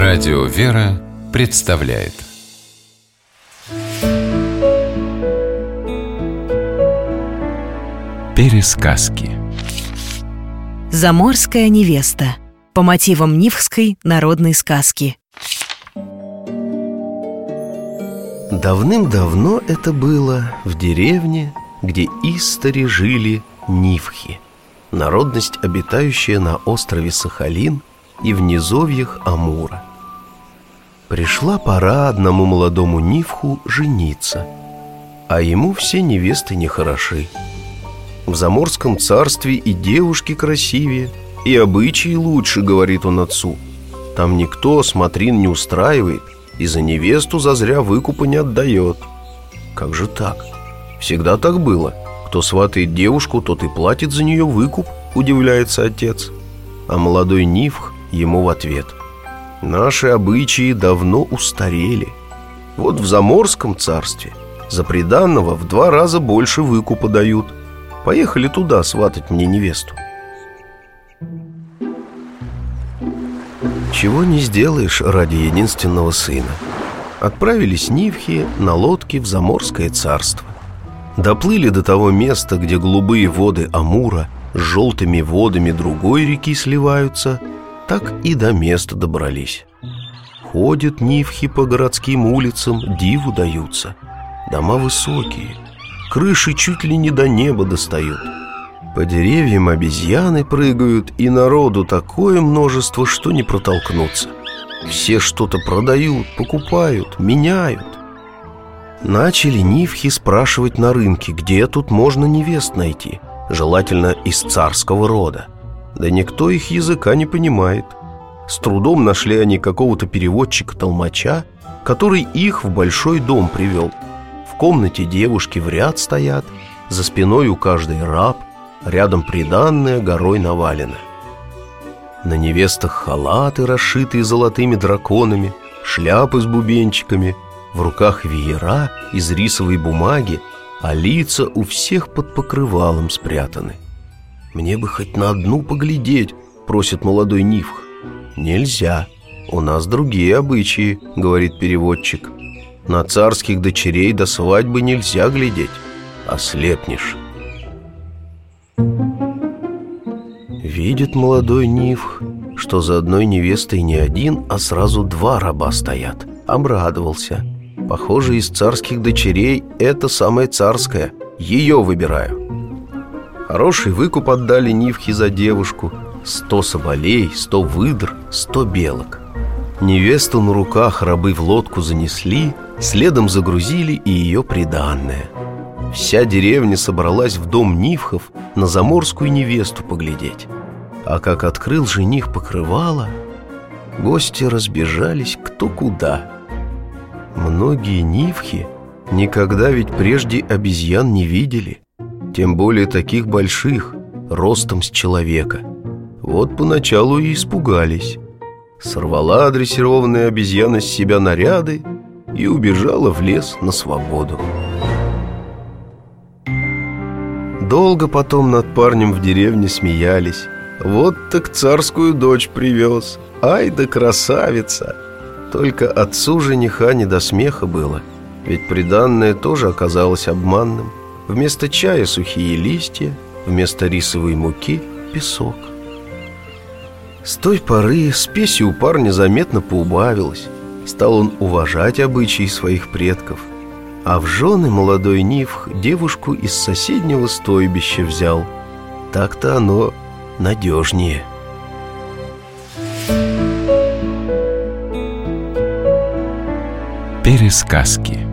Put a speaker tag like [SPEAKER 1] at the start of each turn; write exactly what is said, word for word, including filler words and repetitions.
[SPEAKER 1] Радио «Вера» представляет Пересказки.
[SPEAKER 2] Заморская невеста. По мотивам нивхской народной сказки.
[SPEAKER 3] Давным-давно это было в деревне, где истори жили нивхи, народность, обитающая на острове Сахалин и в низовьях Амура. Пришла пора одному молодому нивху жениться, а ему все невесты нехороши. В Заморском царстве и девушки красивее, и обычаи лучше, говорит он отцу. Там никто смотрин не устраивает и за невесту зазря выкупа не отдает. Как же так? Всегда так было. Кто сватает девушку, тот и платит за нее выкуп, удивляется отец. А молодой нивх ему в ответ: наши обычаи давно устарели. Вот в Заморском царстве за приданного в два раза больше выкупа дают. Поехали туда сватать мне невесту. Чего не сделаешь ради единственного сына. Отправились нивхи на лодке в Заморское царство. Доплыли до того места, где голубые воды Амура с желтыми водами другой реки сливаются, так и до места добрались. Ходят нивхи по городским улицам, диву даются. Дома высокие, крыши чуть ли не до неба достают. По деревьям обезьяны прыгают, и народу такое множество, что не протолкнуться. Все что-то продают, покупают, меняют. Начали нивхи спрашивать на рынке, где тут можно невест найти, желательно из царского рода. Да никто их языка не понимает. С трудом нашли они какого-то переводчика-толмача, который их в большой дом привел. В комнате девушки в ряд стоят, за спиной у каждой раб, рядом приданное горой навалено. На невестах халаты, расшитые золотыми драконами, шляпы с бубенчиками, в руках веера из рисовой бумаги, а лица у всех под покрывалом спрятаны. «Мне бы хоть на одну поглядеть», — просит молодой нивх. «Нельзя, у нас другие обычаи», — говорит переводчик. «На царских дочерей до свадьбы нельзя глядеть, ослепнешь». Видит молодой нивх, что за одной невестой не один, а сразу два раба стоят. Обрадовался. Похоже, из царских дочерей это самая царская, ее выбираю. Хороший выкуп отдали нивхи за девушку. Сто соболей, сто выдр, сто белок. Невесту на руках рабы в лодку занесли, следом загрузили и ее приданное. Вся деревня собралась в дом нивхов на заморскую невесту поглядеть. А как открыл жених покрывало, гости разбежались кто куда. Многие нивхи никогда ведь прежде обезьян не видели, тем более таких больших, ростом с человека. Вот поначалу и испугались. Сорвала дрессированная обезьяна с себя наряды и убежала в лес на свободу. Долго потом над парнем в деревне смеялись. Вот так царскую дочь привез, ай да красавица! Только отцу жениха не до смеха было, ведь приданное тоже оказалось обманным. Вместо чая сухие листья, вместо рисовой муки песок. С той поры спеси у парня заметно поубавилось. Стал он уважать обычаи своих предков. А в жены молодой нивх девушку из соседнего стойбища взял. Так-то оно надежнее.
[SPEAKER 1] Пересказки.